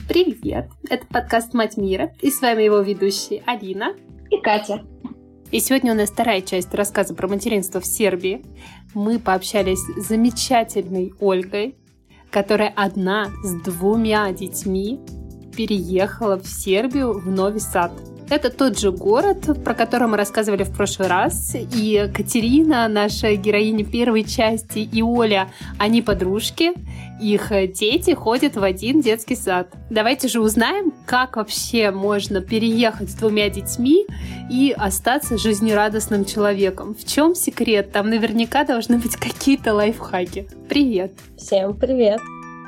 Привет! Это подкаст «Мать мира», и с вами его ведущие Алина и Катя. И сегодня у нас вторая часть рассказа про материнство в Сербии. Мы пообщались с замечательной Ольгой, которая одна с 2 детьми переехала в Сербию, в Нови Сад. Это тот же город, про который мы рассказывали в прошлый раз. И Катерина, наша героиня первой части, и Оля, они подружки. Их дети ходят в один детский сад. Давайте же узнаем, как вообще можно переехать с 2 детьми и остаться жизнерадостным человеком. В чем секрет? Там наверняка должны быть какие-то лайфхаки. Привет! Всем привет!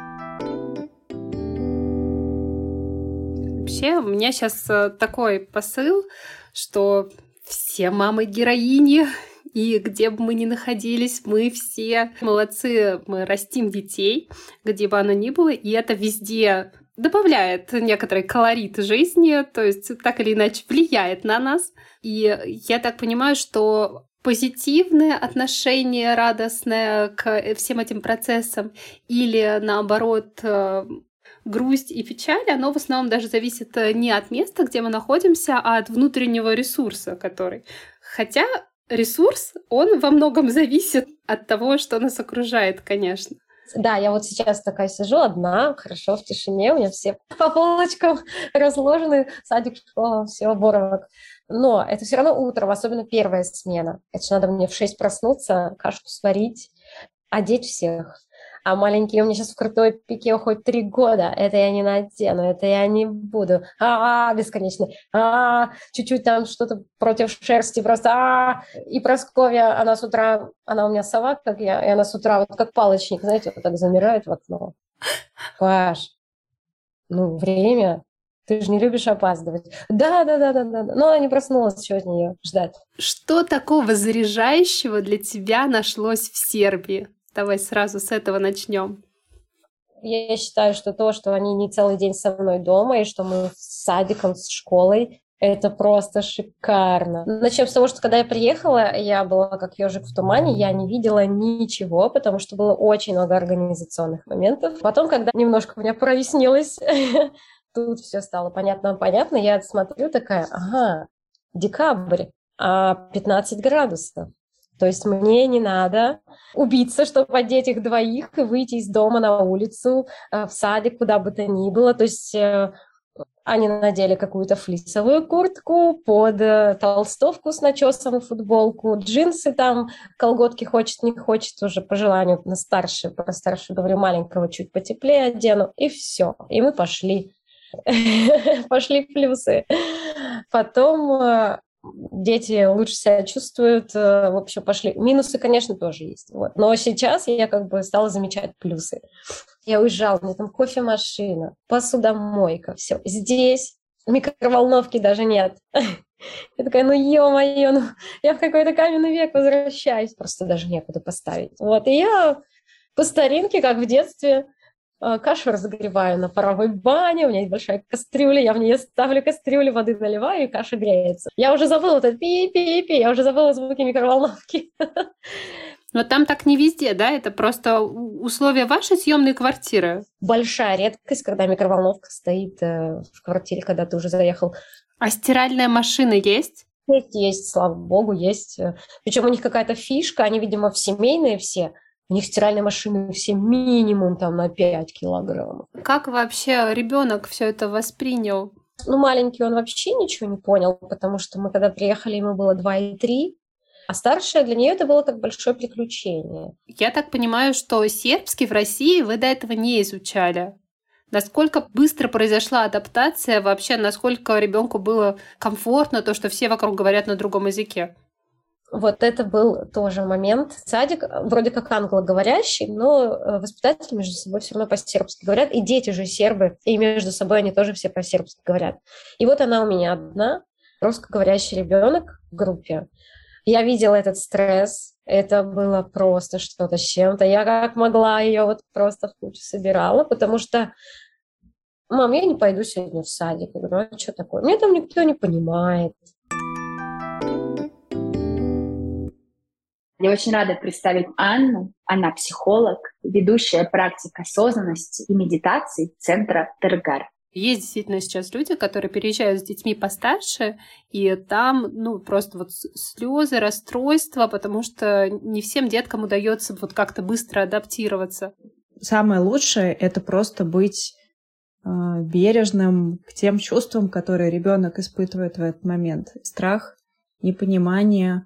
Вообще, у меня сейчас такой посыл, что все мамы-героини, и где бы мы ни находились, мы все молодцы, мы растим детей, где бы оно ни было, и это везде добавляет некоторый колорит жизни, то есть так или иначе влияет на нас. И я так понимаю, что позитивное отношение, радостное к всем этим процессам или, наоборот, грусть и печаль, оно в основном даже зависит не от места, где мы находимся, а от внутреннего ресурса, который... Хотя ресурс, он во многом зависит от того, что нас окружает, конечно. Да, я вот сейчас такая сижу одна, хорошо, в тишине, у меня все по полочкам разложены, садик, школа, все, боровок. Но это все равно утром, особенно первая смена. Это же надо мне в 6 проснуться, кашку сварить, одеть всех. А маленькие у меня сейчас в крутой пике уходят 3 года. Это я не надену, это я не буду. Бесконечно. Чуть-чуть там что-то против шерсти просто. И Прасковья, она с утра, она у меня сова, как я, и она с утра вот как палочник, знаете, вот так замирает в окно. Паш, время. Ты же не любишь опаздывать. Да. Но она не проснулась, чего от нее ждать. Что такого заряжающего для тебя нашлось в Сербии? Давай сразу с этого начнем. Я считаю, что то, что они не целый день со мной дома, и что мы с садиком, с школой, это просто шикарно. Начнем с того, что когда я приехала, я была как ежик в тумане, я не видела ничего, потому что было очень много организационных моментов. Потом, когда немножко у меня прояснилось, тут все стало понятно, я смотрю такая, декабрь, 15 градусов. То есть мне не надо убиться, чтобы одеть их 2 и выйти из дома на улицу, в садик, куда бы то ни было. То есть они надели какую-то флисовую куртку под толстовку с начесом и футболку, джинсы там, колготки хочет, не хочет, уже по желанию про старше говорю, маленького чуть потеплее одену, и все. И мы пошли. Пошли плюсы. Потом... Дети лучше себя чувствуют, в общем, пошли. Минусы, конечно, тоже есть. Вот. Но сейчас я стала замечать плюсы. Я уезжала, у меня там кофемашина, посудомойка, все. Здесь микроволновки даже нет. Я такая, ё-моё, я в какой-то каменный век возвращаюсь. Просто даже некуда поставить. Вот. И я по старинке, как в детстве, кашу разогреваю на паровой бане, у меня есть большая кастрюля, я в нее ставлю кастрюлю, воды наливаю, и каша греется. Я уже забыла этот пи-пи-пи, я уже забыла звуки микроволновки. Но там так не везде, да? Это просто условия вашей съемной квартиры. Большая редкость, когда микроволновка стоит в квартире, когда ты уже заехал. А стиральная машина есть? Есть, слава богу, есть. Причем у них какая-то фишка, они, видимо, семейные все. У них стиральные машины все минимум там на 5 килограммов. Как вообще ребенок все это воспринял? Маленький он вообще ничего не понял, потому что мы когда приехали, ему было 2 и 3, а старшая для нее это было как большое приключение. Я так понимаю, что сербский в России вы до этого не изучали. Насколько быстро произошла адаптация, вообще, насколько ребенку было комфортно то, что все вокруг говорят на другом языке? Вот это был тоже момент. Садик вроде как англоговорящий, но воспитатели между собой все равно по-сербски говорят. И дети же сербы, и между собой они тоже все по-сербски говорят. И вот она у меня одна, русскоговорящий ребенок в группе. Я видела этот стресс. Это было просто что-то с чем-то. Я как могла ее вот просто в кучу собирала, потому что мам, я не пойду сегодня в садик. Я говорю, а что такое? Меня там никто не понимает. Я очень рада представить Анну. Она психолог, ведущая практик осознанности и медитации Центра Тергар. Есть действительно сейчас люди, которые переезжают с детьми постарше, и там, просто вот слезы, расстройства, потому что не всем деткам удается вот как-то быстро адаптироваться. Самое лучшее — это просто быть бережным к тем чувствам, которые ребенок испытывает в этот момент. Страх, непонимание,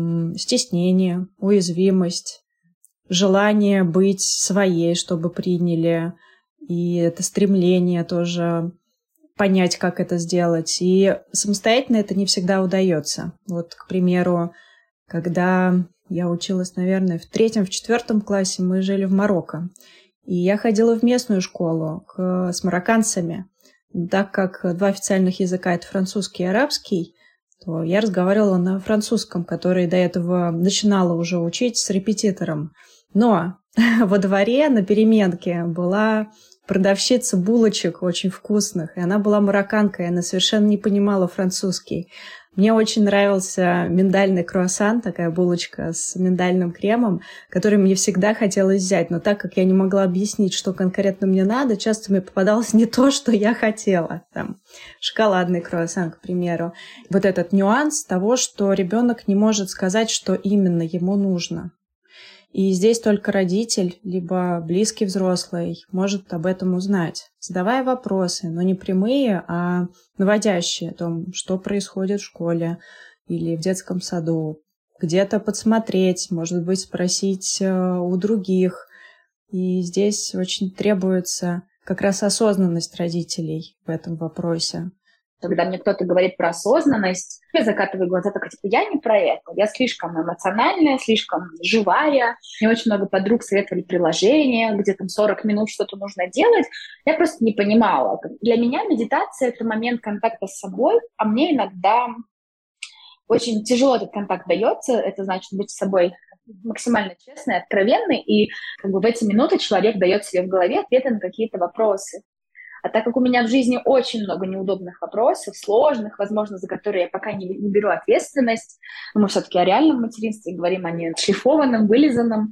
стеснение, уязвимость, желание быть своей, чтобы приняли, и это стремление тоже понять, как это сделать. И самостоятельно это не всегда удается. Вот, к примеру, когда я училась, наверное, в 3-4 классе, мы жили в Марокко. И я ходила в местную школу с марокканцами. Так как 2 официальных языка — это французский и арабский, то я разговаривала на французском, который до этого начинала уже учить с репетитором. Но во дворе на переменке была продавщица булочек очень вкусных, и она была марокканка, и она совершенно не понимала французский. Мне очень нравился миндальный круассан, такая булочка с миндальным кремом, который мне всегда хотелось взять. Но так как я не могла объяснить, что конкретно мне надо, часто мне попадалось не то, что я хотела. Там, шоколадный круассан, к примеру. Вот этот нюанс того, что ребенок не может сказать, что именно ему нужно. И здесь только родитель, либо близкий взрослый может об этом узнать, задавая вопросы, но не прямые, а наводящие о том, что происходит в школе или в детском саду. Где-то подсмотреть, может быть, спросить у других. И здесь очень требуется как раз осознанность родителей в этом вопросе. Когда мне кто-то говорит про осознанность, я закатываю глаза, так типа, я не про это. Я слишком эмоциональная, слишком живая. Мне очень много подруг советовали приложения, где там 40 минут что-то нужно делать. Я просто не понимала. Для меня медитация — это момент контакта с собой, а мне иногда очень тяжело этот контакт дается. Это значит быть с собой максимально честной, откровенной, и в эти минуты человек дает себе в голове ответы на какие-то вопросы. А так как у меня в жизни очень много неудобных вопросов, сложных, возможно, за которые я пока не беру ответственность, но мы все-таки о реальном материнстве говорим, а не отшлифованном, вылизанном.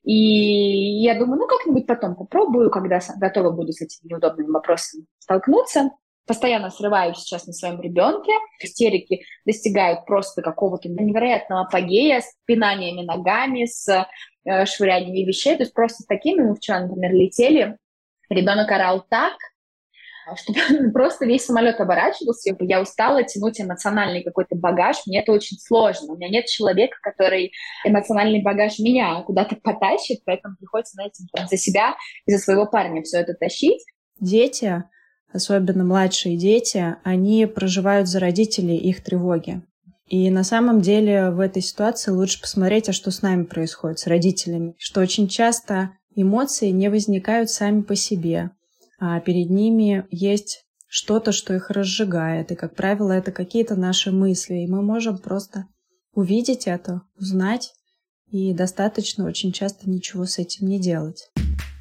И я думаю, как-нибудь потом попробую, когда готова буду с этими неудобными вопросами столкнуться. Постоянно срываюсь сейчас на своем ребенке. Истерики достигают просто какого-то невероятного апогея с пинаниями ногами, с швыряниями вещей. То есть просто с такими мы вчера, например, летели. Ребенок орал так, что просто весь самолет оборачивался. Я устала тянуть эмоциональный какой-то багаж. Мне это очень сложно. У меня нет человека, который эмоциональный багаж меня куда-то потащит, поэтому приходится, за себя и за своего парня все это тащить. Дети, особенно младшие дети, они проживают за родителей их тревоги. И на самом деле в этой ситуации лучше посмотреть, а что с нами происходит, с родителями. Что очень часто эмоции не возникают сами по себе, а перед ними есть что-то, что их разжигает. И, как правило, это какие-то наши мысли. И мы можем просто увидеть это, узнать, и достаточно очень часто ничего с этим не делать.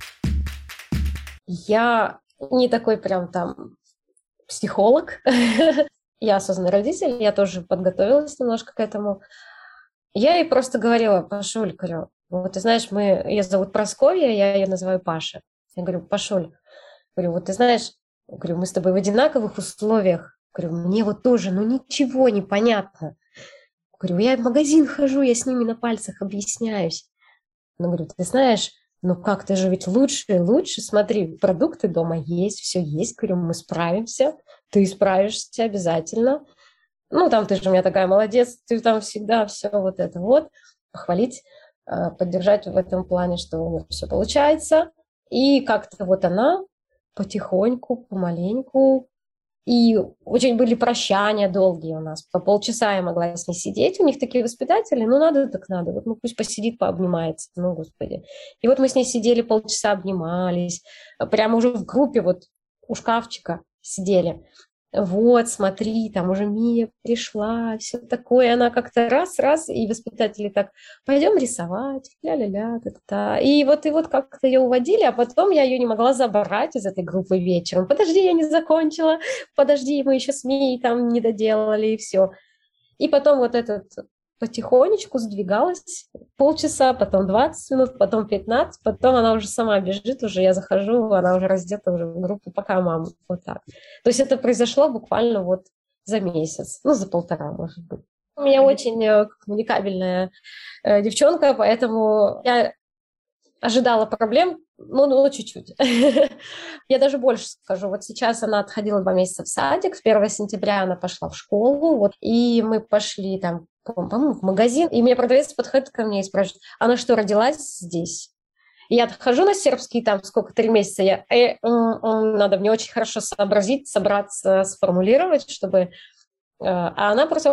Я не такой прям там психолог. Я осознанный родитель, я тоже подготовилась немножко к этому. Я ей просто говорила: Пашуль, говорю, вот ты знаешь, ее зовут Прасковья, я ее называю Паша. Я говорю: Пашуль, говорю, вот ты знаешь, говорю, мы с тобой в одинаковых условиях. Говорю, мне вот тоже, ничего не понятно. Говорю, я в магазин хожу, я с ними на пальцах объясняюсь. Говорю, ты знаешь, как, ты же ведь лучше и лучше. Смотри, продукты дома есть, все есть. Говорю, мы справимся, ты справишься обязательно. Там ты же у меня такая молодец, ты там всегда все вот это вот. Похвалить, поддержать в этом плане, что у нее все получается. И как-то вот она потихоньку, помаленьку. И очень были прощания долгие у нас. По полчаса я могла с ней сидеть. У них такие воспитатели, надо так надо. Вот пусть посидит, пообнимается. Господи. И вот мы с ней сидели полчаса, обнимались. Прямо уже в группе вот у шкафчика сидели. Вот, смотри, там уже Мия пришла, все такое. Она как-то раз, и воспитатели так: пойдем рисовать, ля-ля-ля, та-та-та. И вот как-то ее уводили, а потом я ее не могла забрать из этой группы вечером. Подожди, я не закончила, подожди, мы еще с Мией там не доделали, и все. И потом вот этот потихонечку сдвигалась полчаса, потом 20 минут, потом 15, потом она уже сама бежит, уже я захожу, она уже раздета уже в группу, пока мама, вот так. То есть это произошло буквально вот за месяц, ну, за полтора, может быть. У меня очень коммуникабельная девчонка, поэтому я ожидала проблем, ну, чуть-чуть. Я даже больше скажу. Вот сейчас она отходила 2 месяца в садик, с 1 сентября она пошла в школу, вот, и мы пошли там, по-моему, в магазин, и мне продавец подходит ко мне и спрашивает, она что, родилась здесь? И я отхожу на сербский, там, сколько, 3 месяца, надо мне очень хорошо сообразить, собраться, сформулировать, чтобы... А она просто...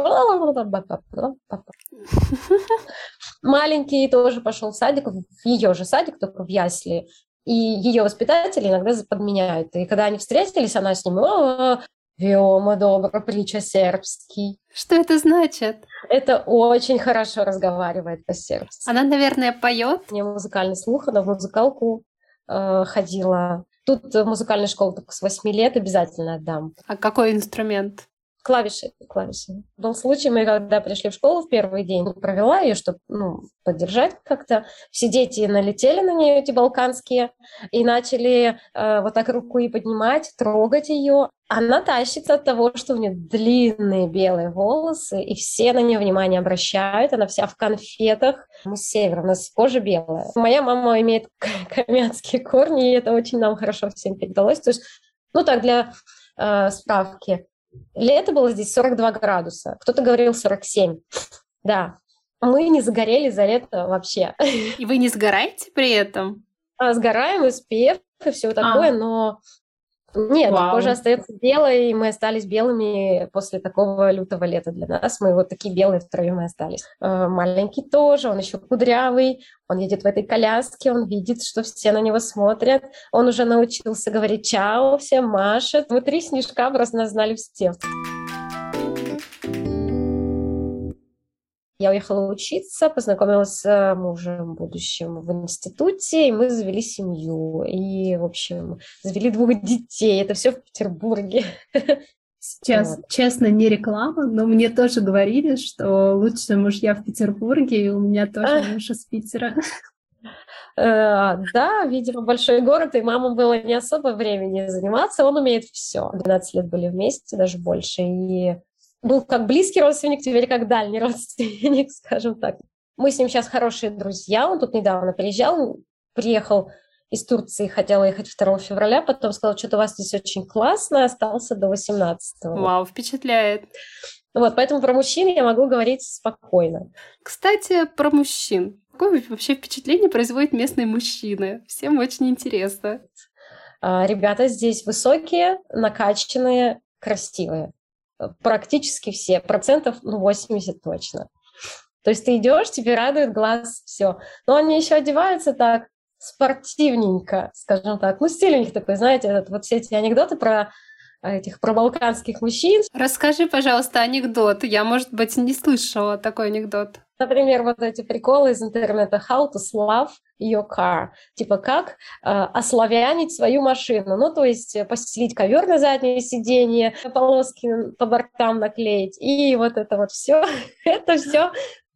Маленький тоже пошел в садик, в ее же садик, только в ясли. И ее воспитатели иногда подменяют. И когда они встретились, она с ним... Вема добра притча сербский. Что это значит? Это очень хорошо разговаривает по-сербски. Она, наверное, поет? У нее музыкальный слух, она в музыкалку ходила. Тут в музыкальной школе только с 8 лет обязательно отдам. А какой инструмент? Клавиши. Был случай, мы когда пришли в школу в первый день, провела ее, чтобы поддержать как-то. Все дети налетели на нее, эти балканские, и начали вот так руку и поднимать, трогать ее. Она тащится от того, что у нее длинные белые волосы, и все на нее внимание обращают. Она вся в конфетах. Мы с севера, у нас кожа белая. Моя мама имеет камянские корни, и это очень нам хорошо всем передалось. То есть, так, для справки. Лето было здесь 42 градуса. Кто-то говорил 47. Да. Мы не загорели за лето вообще. И вы не сгораете при этом? Сгораем, SPF и все такое, но... Нет, кожа остается белой, и мы остались белыми после такого лютого лета для нас. Мы вот такие белые втроем и остались. Маленький тоже, он еще кудрявый, он едет в этой коляске, он видит, что все на него смотрят. Он уже научился говорить «чао», всем машет. Мы 3 снежка просто нас знали все. Я уехала учиться, познакомилась с мужем будущим в институте, и мы завели семью. И, в общем, завели 2 детей. Это все в Петербурге. Сейчас, честно, не реклама, но мне тоже говорили, что лучшие мужья в Петербурге, и у меня тоже муж из Питера. Да, видимо, большой город, и мама было не особо времени заниматься. Он умеет все. 12 лет были вместе, даже больше. И был как близкий родственник, теперь как дальний родственник, скажем так. Мы с ним сейчас хорошие друзья. Он тут недавно приехал из Турции, хотел ехать 2 февраля, потом сказал, что-то у вас здесь очень классно, остался до 18-го. Вау, впечатляет. Вот, поэтому про мужчин я могу говорить спокойно. Кстати, про мужчин. Какое вообще впечатление производят местные мужчины? Всем очень интересно. Ребята здесь высокие, накачанные, красивые. Практически все, 80% точно. То есть ты идешь, тебе радует глаз, все. Но они еще одеваются так спортивненько, скажем так. Стиль у них такой, знаете, вот все эти анекдоты про балканских мужчин. Расскажи, пожалуйста, анекдот. Я, может быть, не слышала такой анекдот. Например, вот эти приколы из интернета. How to slave your car. Типа как ославянить свою машину. То есть постелить ковер на заднее сиденье, полоски по бортам наклеить. И вот это вот все. Это все.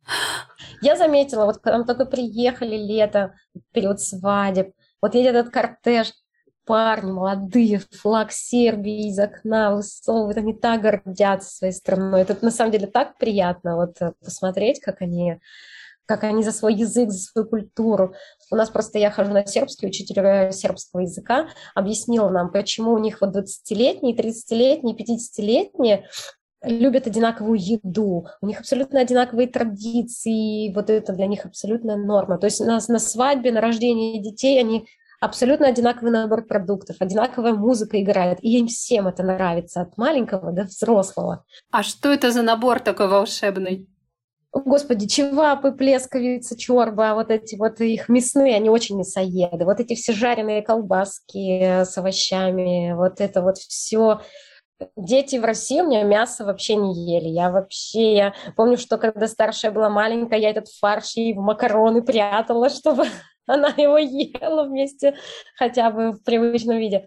Я заметила, вот когда мы только приехали лето, период свадеб, вот едет этот кортеж, парни молодые, флаг Сербии из окна высовывают, они так гордятся своей страной. Это на самом деле так приятно вот посмотреть, как они за свой язык, за свою культуру. У нас просто я хожу на сербский, учитель сербского языка объяснила нам, почему у них вот 20-летние, 30-летние, 50-летние любят одинаковую еду, у них абсолютно одинаковые традиции, вот это для них абсолютная норма. То есть на свадьбе, на рождении детей они абсолютно одинаковый набор продуктов, одинаковая музыка играет, и им всем это нравится, от маленького до взрослого. А что это за набор такой волшебный? Господи, чевапы, плесковицы, чорба, вот эти вот их мясные, они очень мясоеды. Вот эти все жареные колбаски с овощами, вот это вот все. Дети в России у меня мясо вообще не ели. Я помню, что когда старшая была маленькая, я этот фарш ей в макароны прятала, чтобы она его ела вместе хотя бы в привычном виде.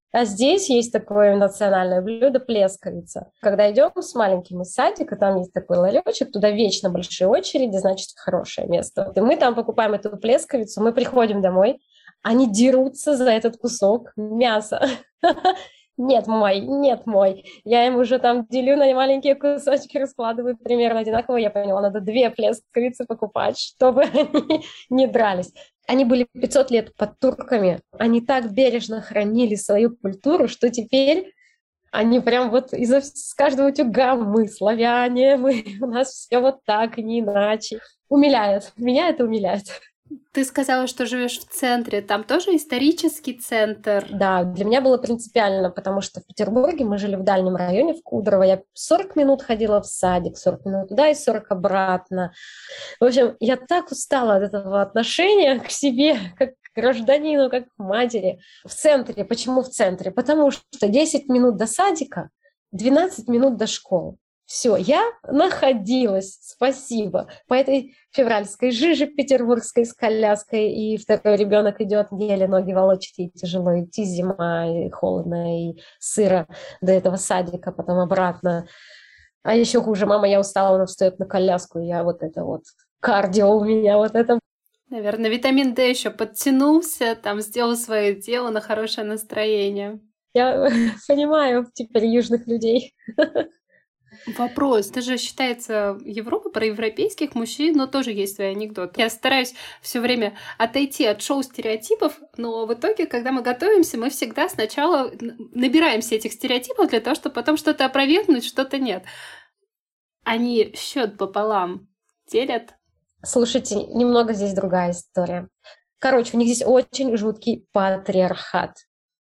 А здесь есть такое национальное блюдо плесковица. Когда идем с маленьким из садика, там есть такой ларечек, туда вечно большие очереди, значит, хорошее место. И мы там покупаем эту плесковицу, мы приходим домой, они дерутся за этот кусок мяса. Нет мой. Я им уже там делю на маленькие кусочки, раскладываю примерно одинаково. Я поняла, надо 2 плесковицы покупать, чтобы они не дрались. Они были 500 лет под турками. Они так бережно хранили свою культуру, что теперь они прям вот с каждого утюга мы славяне, у нас все вот так, не иначе. Умиляет. Меня это умиляет. Ты сказала, что живешь в центре. Там тоже исторический центр? Да, для меня было принципиально, потому что в Петербурге мы жили в дальнем районе, в Кудрово. Я 40 минут ходила в садик, 40 минут туда и 40 обратно. В общем, я так устала от этого отношения к себе, как к гражданину, как к матери. В центре. Почему в центре? Потому что 10 минут до садика, 12 минут до школы. Все, я находилась, спасибо, по этой февральской жиже петербургской с коляской, и второй ребенок идет, еле ноги волочит, ей тяжело идти, зима, и холодно, и сыро до этого садика, потом обратно. А еще хуже, мама, я устала, она встает на коляску, и я вот это вот, кардио у меня вот это. Наверное, витамин D еще подтянулся, там сделал свое дело на хорошее настроение. Я понимаю теперь южных людей. Вопрос. Это же считается Европа про европейских мужчин, но тоже есть свой анекдот. Я стараюсь все время отойти от шоу стереотипов, но в итоге, когда мы готовимся, мы всегда сначала набираемся этих стереотипов для того, чтобы потом что-то опровергнуть, что-то нет. Они счет пополам делят. Слушайте, немного здесь другая история. Короче, у них здесь очень жуткий патриархат.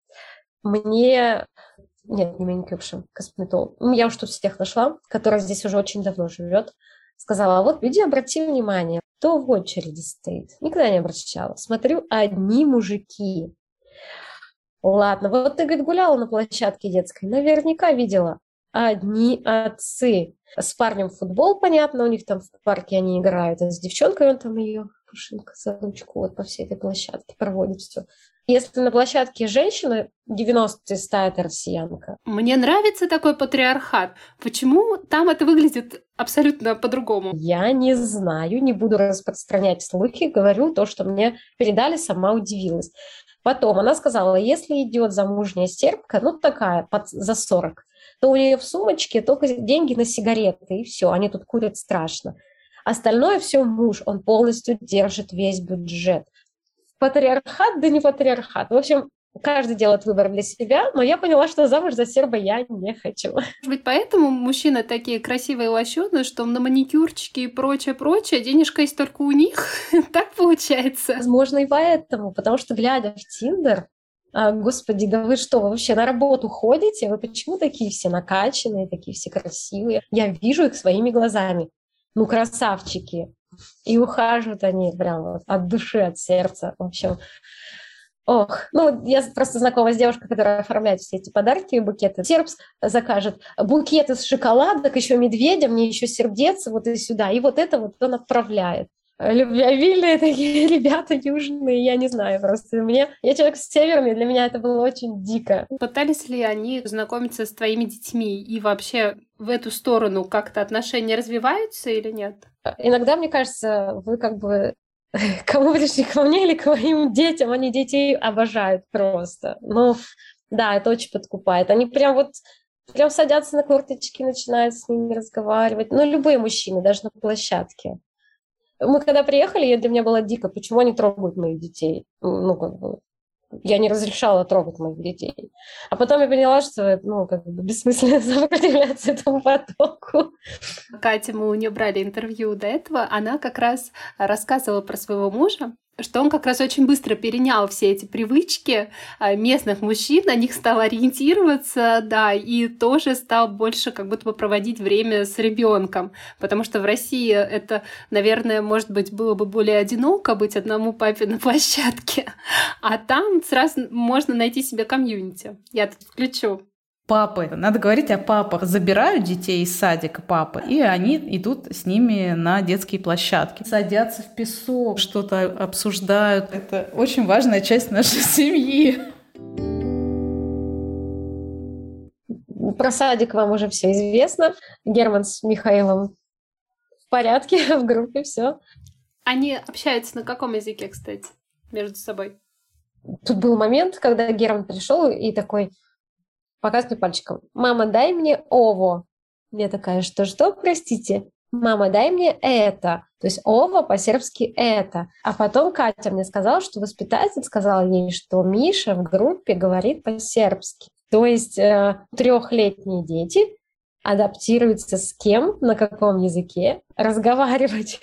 Нет, не маникюрша, косметолог. Я уж тут всех нашла, которая здесь уже очень давно живет. Сказала, вот, иди обрати внимание, кто в очереди стоит. Никогда не обращала. Смотрю, одни мужики. Ладно, вот ты, говорит, гуляла на площадке детской, наверняка видела. Одни отцы. С парнем в футбол, понятно, у них там в парке они играют, а с девчонкой он там ее, Пушинка, за ручку вот по всей этой площадке проводит все. Если на площадке женщина, 90% ставит россиянка. Мне нравится такой патриархат. Почему там это выглядит абсолютно по-другому? Я не знаю, не буду распространять слухи, говорю то, что мне передали, сама удивилась. Потом она сказала, если идет замужняя сербка, ну такая, за 40, то у нее в сумочке только деньги на сигареты, и все, они тут курят страшно. Остальное все муж, он полностью держит весь бюджет. Патриархат, да не патриархат. В общем, каждый делает выбор для себя, но я поняла, что замуж за серба я не хочу. Может быть, поэтому мужчины такие красивые и лощеные, что на маникюрчики и прочее, денежка есть только у них? Так получается? Возможно, и поэтому, потому что, глядя в Тиндер, господи, да вы что, вы вообще на работу ходите? Вы почему такие все накачанные, такие все красивые? Я вижу их своими глазами. Ну, красавчики. И ухаживают они прям вот от души, от сердца. В общем, я просто знакома с девушкой, которая оформляет все эти подарки и букеты. Сербс закажет букет из шоколадок, еще медведя, мне еще сердец, вот и сюда. И вот это вот он отправляет. Любвеобильные такие ребята южные, я не знаю просто. Я человек северный, для меня это было очень дико. Пытались ли они знакомиться с твоими детьми? И вообще в эту сторону как-то отношения развиваются или нет? Иногда, мне кажется, вы как бы кому пришли, ко мне или к моим детям, они детей обожают просто. Ну, да, это очень подкупает. Они прям садятся на корточки, начинают с ними разговаривать. Ну, любые мужчины, даже на площадке. Мы когда приехали, для меня было дико, почему они трогают моих детей. Я не разрешала трогать моих детей. А потом я поняла, что бессмысленно сопротивляться этому потоку. Катя, мы у нее брали интервью до этого, она как раз рассказывала про своего мужа, что он как раз очень быстро перенял все эти привычки местных мужчин, на них стал ориентироваться, да, и тоже стал больше как будто бы проводить время с ребенком, потому что в России это, наверное, может быть, было бы более одиноко быть одному папе на площадке, а там сразу можно найти себе комьюнити. Я тут включу. Папы, надо говорить о папах. Забирают детей из садика папы, и они идут с ними на детские площадки. Садятся в песок, что-то обсуждают. Это очень важная часть нашей семьи. Про садик вам уже все известно. Герман с Михаилом в порядке, в группе, все. Они общаются на каком языке, кстати, между собой? Тут был момент, когда Герман пришел и такой показывает пальчиком: «Мама, дай мне ово». Я такая: что, простите? «Мама, дай мне это». То есть ово по-сербски это. А потом Катя мне сказала, что воспитатель сказал ей, что Миша в группе говорит по-сербски. То есть 3-летние дети адаптируются с кем, на каком языке разговаривать.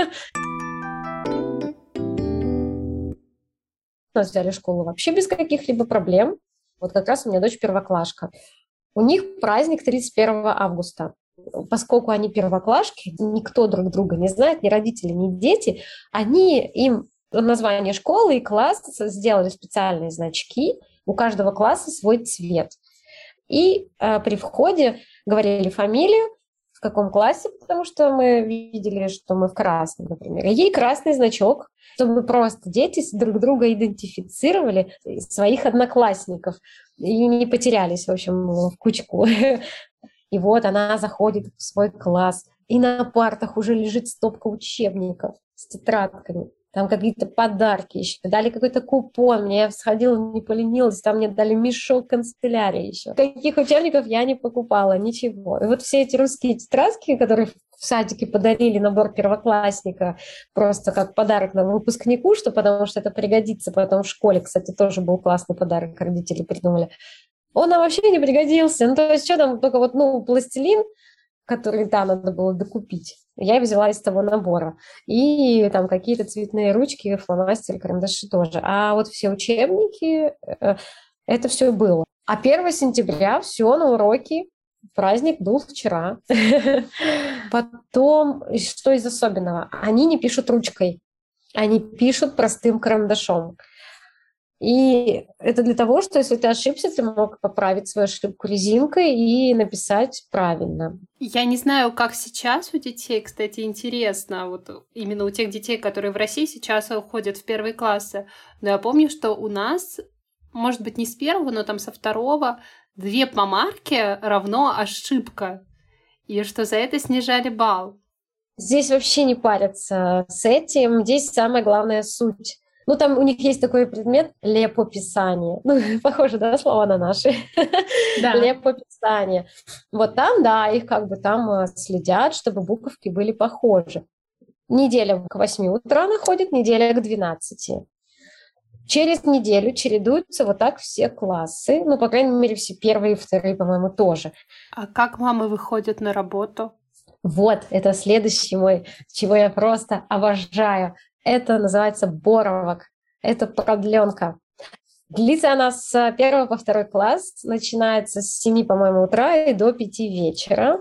У нас взяли школу вообще без каких-либо проблем. Вот как раз у меня дочь первоклашка. У них праздник 31 августа. Поскольку они первоклашки, никто друг друга не знает, ни родители, ни дети, им название школы и класса сделали специальные значки, у каждого класса свой цвет. И при входе говорили фамилию, в каком классе, потому что мы видели, что мы в красном, например. И ей красный значок, чтобы просто дети друг друга идентифицировали, своих одноклассников, и не потерялись, в общем, в кучку. И вот она заходит в свой класс, и на партах уже лежит стопка учебников с тетрадками. Там какие-то подарки еще. Дали какой-то купон. Я сходила, не поленилась. Там мне дали мешок канцелярии еще. Каких учебников я не покупала, ничего. И вот все эти русские тетрадки, которые в садике подарили, набор первоклассника, просто как подарок на выпускнику, потому что это пригодится потом в школе. Кстати, тоже был классный подарок, родители придумали. Он нам вообще не пригодился. Ну, то есть, что там, только пластилин, который, надо было докупить. Я взяла из того набора. И там какие-то цветные ручки, фломастеры, карандаши тоже. А вот все учебники, это все было. А 1 сентября все на уроки. Праздник был вчера. Потом, что из особенного? Они не пишут ручкой. Они пишут простым карандашом. И это для того, что если ты ошибся, ты мог поправить свою ошибку резинкой и написать правильно. Я не знаю, как сейчас у детей, кстати, интересно, вот именно у тех детей, которые в России сейчас уходят в 1 классы. Но я помню, что у нас, может быть, не с 1, но там со 2, 2 помарки равно ошибка. И что за это снижали балл. Здесь вообще не парятся с этим. Здесь самая главная суть. Там у них есть такой предмет лепописание. Похоже, да, слова на наши? Да. Лепописание. Вот там, да, их там следят, чтобы буковки были похожи. Неделя к 8 утра находит, неделя к 12. Через неделю чередуются вот так все классы. По крайней мере, все 1 и 2, по-моему, тоже. А как мамы выходят на работу? Вот, это следующий мой, чего я просто обожаю. Это называется боровок. Это продленка. Длится она с 1 по 2 класс. Начинается с 7, по-моему, утра и до 5 вечера.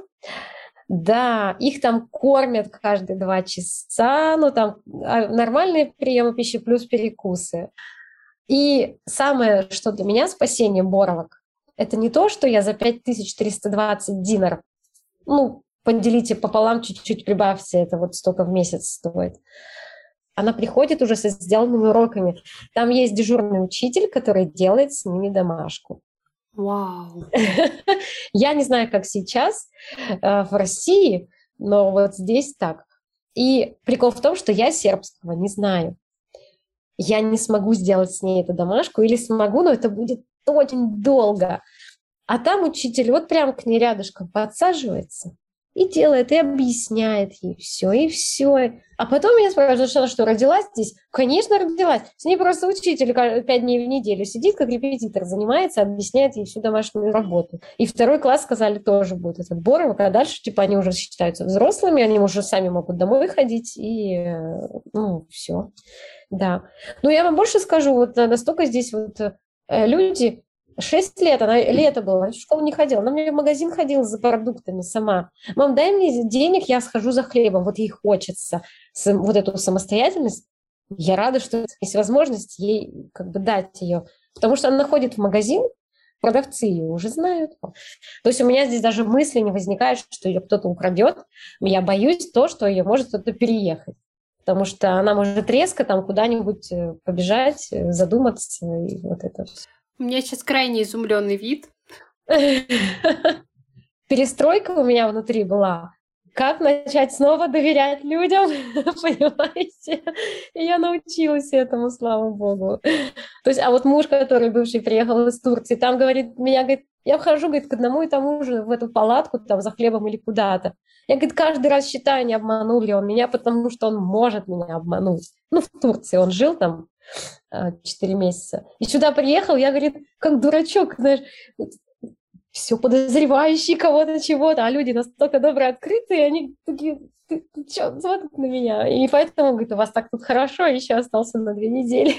Да, их там кормят каждые 2 часа. Там нормальные приемы пищи плюс перекусы. И самое, что для меня спасение боровок, это не то, что я за 5320 динар, поделите пополам, чуть-чуть прибавьте, это вот столько в месяц стоит. Она приходит уже со сделанными уроками. Там есть дежурный учитель, который делает с ними домашку. Вау! Я не знаю, как сейчас в России, но вот здесь так. И прикол в том, что я сербского не знаю. Я не смогу сделать с ней эту домашку, или смогу, но это будет очень долго. А там учитель вот прям к ней рядышком подсаживается и делает, и объясняет ей все, и все. А потом я спрашиваю, что родилась здесь? Конечно, родилась. С ней просто учитель 5 дней в неделю сидит, как репетитор, занимается, объясняет ей всю домашнюю работу. И 2 класс, сказали, тоже будет этот боровок, а дальше, они уже считаются взрослыми, они уже сами могут домой ходить, и, все. Да. Но я вам больше скажу, вот настолько здесь люди... 6 лет, она лето было, в школу не ходила. Она мне в магазин ходила за продуктами сама. Мам, дай мне денег, я схожу за хлебом. Вот ей хочется вот эту самостоятельность. Я рада, что есть возможность ей дать ее. Потому что она ходит в магазин, продавцы ее уже знают. То есть у меня здесь даже мысли не возникает, что ее кто-то украдет. Я боюсь что ее может кто-то переехать. Потому что она может резко куда-нибудь побежать, задуматься и вот это все. У меня сейчас крайне изумленный вид. Перестройка у меня внутри была. Как начать снова доверять людям, понимаете? И я научилась этому, слава богу. То есть, а вот муж, который бывший приехал из Турции, там, говорит, меня, говорит, я вхожу, говорит, к одному и тому же в эту палатку, там, за хлебом или куда-то. Я, говорит, каждый раз считаю, не обманул ли он меня, потому что он может меня обмануть. Ну, в Турции он жил там 4 месяца. И сюда приехал, я, говорит, как дурачок, знаешь, все подозревающий кого-то, чего-то, а люди настолько добрые, открытые, они такие, ты что, смотрят на меня. И поэтому, говорит, у вас так тут хорошо, еще остался на 2 недели.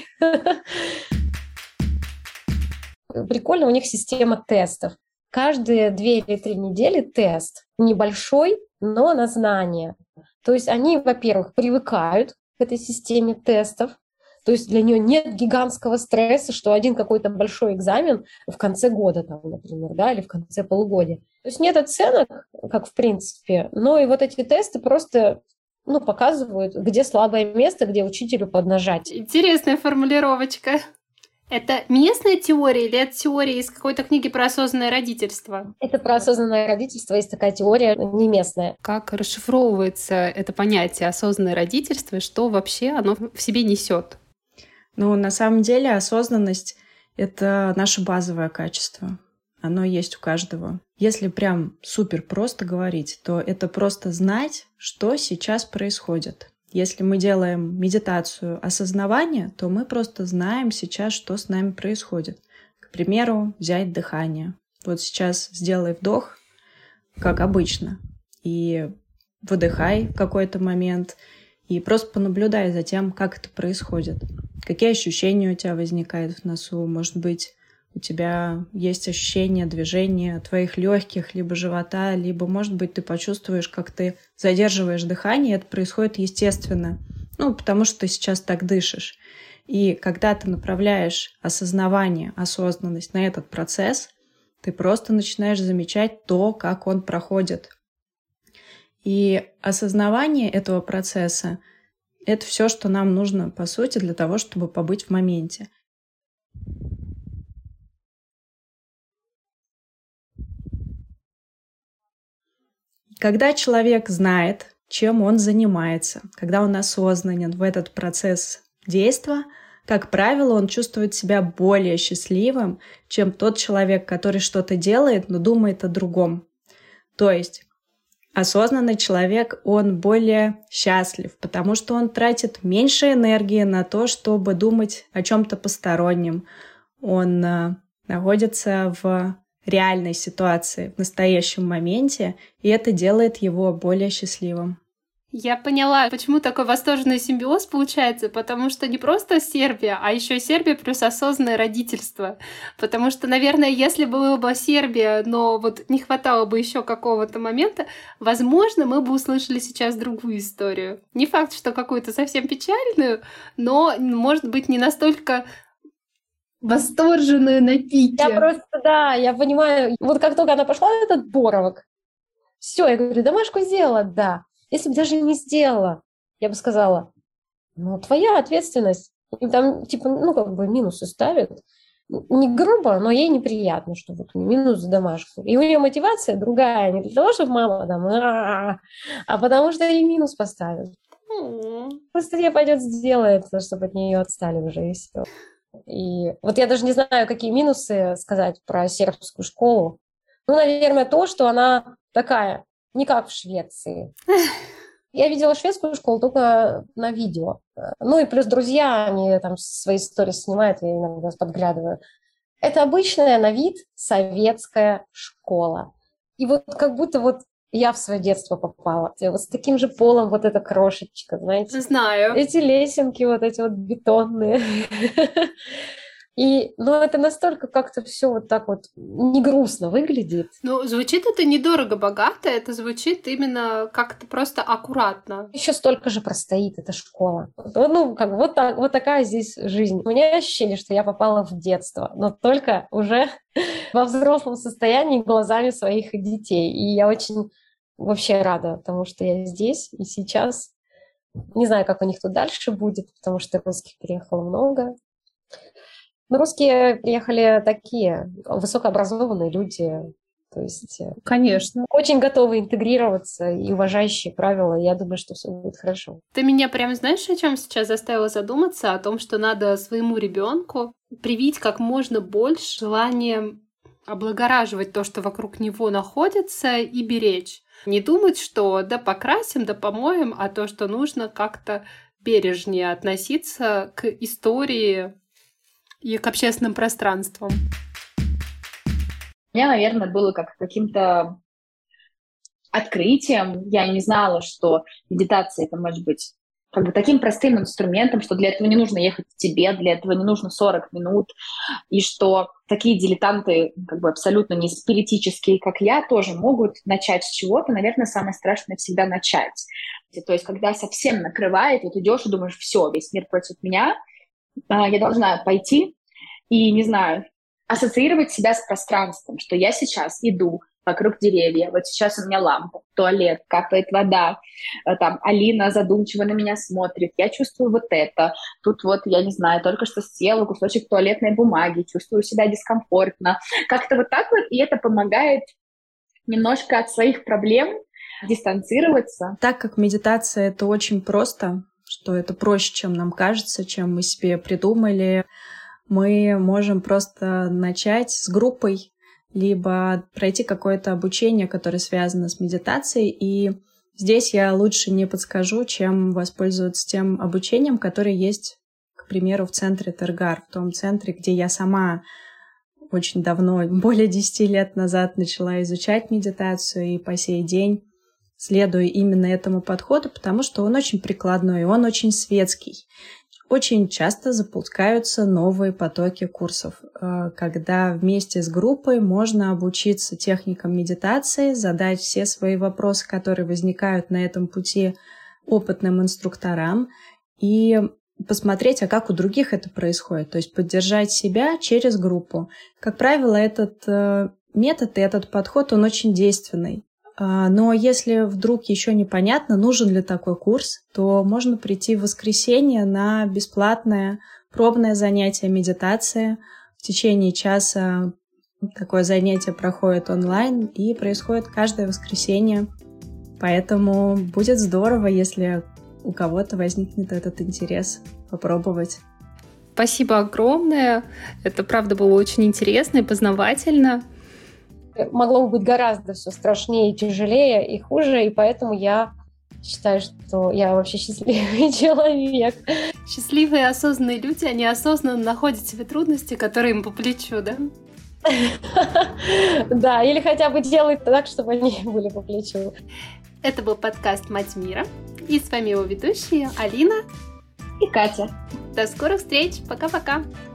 Прикольно, у них система тестов. Каждые 2 или 3 недели тест. Небольшой, но на знание. То есть они, во-первых, привыкают к этой системе тестов. То есть для нее нет гигантского стресса, что один какой-то большой экзамен в конце года, там, например, да, или в конце полугодия. То есть нет оценок, как в принципе, но и вот эти тесты просто показывают, где слабое место, где учителю поднажать. Интересная формулировочка. Это местная теория или это теория из какой-то книги про осознанное родительство? Это про осознанное родительство, есть такая теория не местная. Как расшифровывается это понятие осознанное родительство и что вообще оно в себе несет? Ну, на самом деле осознанность — это наше базовое качество. Оно есть у каждого. Если прям супер просто говорить, то это просто знать, что сейчас происходит. Если мы делаем медитацию осознавания, то мы просто знаем сейчас, что с нами происходит. К примеру, взять дыхание. Вот сейчас сделай вдох, как обычно, и выдыхай в какой-то момент, и просто понаблюдай за тем, как это происходит. Какие ощущения у тебя возникают в носу? Может быть, у тебя есть ощущение движения твоих легких, либо живота, либо, может быть, ты почувствуешь, как ты задерживаешь дыхание, и это происходит естественно, потому что ты сейчас так дышишь. И когда ты направляешь осознавание, осознанность на этот процесс, ты просто начинаешь замечать то, как он проходит. И осознавание этого процесса — это все, что нам нужно, по сути, для того, чтобы побыть в моменте. Когда человек знает, чем он занимается, когда он осознанен в этот процесс действия, как правило, он чувствует себя более счастливым, чем тот человек, который что-то делает, но думает о другом. То есть осознанный человек, он более счастлив, потому что он тратит меньше энергии на то, чтобы думать о чем-то постороннем. Он находится в реальной ситуации, в настоящем моменте, и это делает его более счастливым. Я поняла, почему такой восторженный симбиоз получается, потому что не просто Сербия, а еще Сербия плюс осознанное родительство. Потому что, наверное, если бы была бы Сербия, но вот не хватало бы еще какого-то момента, возможно, мы бы услышали сейчас другую историю. Не факт, что какую-то совсем печальную, но, может быть, не настолько восторженную на пике. Я понимаю. Вот как только она пошла на этот Боровок, все, я говорю, домашку сделала, да. Если бы даже не сделала, я бы сказала, твоя ответственность. И там, минусы ставят. Не грубо, но ей неприятно, что вот минус за домашку. И у нее мотивация другая, не для того, чтобы мама там, а потому что ей минус поставят. Просто ей пойдет сделает, чтобы от нее отстали уже, и все. И вот я даже не знаю, какие минусы сказать про сербскую школу. Наверное, то, что она такая, не как в Швеции. Я видела шведскую школу только на видео. И плюс друзья, они там свои истории снимают, я иногда подглядываю. Это обычная на вид советская школа. И вот как будто вот я в свое детство попала. Вот с таким же полом вот эта крошечка, знаете. Знаю. Эти лесенки вот эти вот бетонные. И, это настолько как-то все вот так вот не грустно выглядит. Звучит это недорого-богато, это звучит именно как-то просто аккуратно. Еще столько же простоит эта школа. Вот такая здесь жизнь. У меня ощущение, что я попала в детство, но только уже во взрослом состоянии глазами своих детей. И я очень вообще рада тому, что я здесь и сейчас. Не знаю, как у них тут дальше будет, потому что русских переехало много. Ну, русские приехали такие высокообразованные люди, то есть Конечно. очень готовы интегрироваться и уважающие правила. Я думаю, что все будет хорошо. Ты меня прям знаешь, о чем сейчас заставила задуматься? О том, что надо своему ребенку привить как можно больше желания облагораживать то, что вокруг него находится, и беречь. Не думать, что да покрасим, да помоем, а то, что нужно как-то бережнее относиться к истории и к общественным пространствам. У меня, наверное, было как каким-то открытием. Я не знала, что медитация — это может быть как бы таким простым инструментом, что для этого не нужно ехать в Тибет, для этого не нужно 40 минут, и что такие дилетанты, как бы абсолютно не спиритические, как я, тоже могут начать с чего-то. Наверное, самое страшное всегда начать. То есть, когда совсем накрывает, вот идешь и думаешь, все, весь мир против меня, я должна пойти и, не знаю, ассоциировать себя с пространством, что я сейчас иду вокруг деревья, вот сейчас у меня лампа, туалет, капает вода, там Алина задумчиво на меня смотрит, я чувствую вот это, тут вот, я не знаю, только что съела кусочек туалетной бумаги, чувствую себя дискомфортно, как-то вот так вот, и это помогает немножко от своих проблем дистанцироваться. Так как медитация — это очень просто, что это проще, чем нам кажется, чем мы себе придумали, мы можем просто начать с группой, либо пройти какое-то обучение, которое связано с медитацией. И здесь я лучше не подскажу, чем воспользоваться тем обучением, которое есть, к примеру, в центре Тергар, в том центре, где я сама очень давно, более 10 лет назад, начала изучать медитацию и по сей день следую именно этому подходу, потому что он очень прикладной, он очень светский. Очень часто запускаются новые потоки курсов, когда вместе с группой можно обучиться техникам медитации, задать все свои вопросы, которые возникают на этом пути, опытным инструкторам и посмотреть, а как у других это происходит, то есть поддержать себя через группу. Как правило, этот метод и этот подход, он очень действенный. Но если вдруг еще непонятно, нужен ли такой курс, то можно прийти в воскресенье на бесплатное пробное занятие медитации. В течение часа такое занятие проходит онлайн и происходит каждое воскресенье. Поэтому будет здорово, если у кого-то возникнет этот интерес попробовать. Спасибо огромное. Это, правда, было очень интересно и познавательно. Могло бы быть гораздо все страшнее, тяжелее и хуже, и поэтому я считаю, что я вообще счастливый человек. Счастливые, осознанные люди, они осознанно находят в себе трудности, которые им по плечу, да? Да, или хотя бы делают так, чтобы они были по плечу. Это был подкаст «Мать мира», и с вами его ведущие Алина и Катя. До скорых встреч, пока-пока!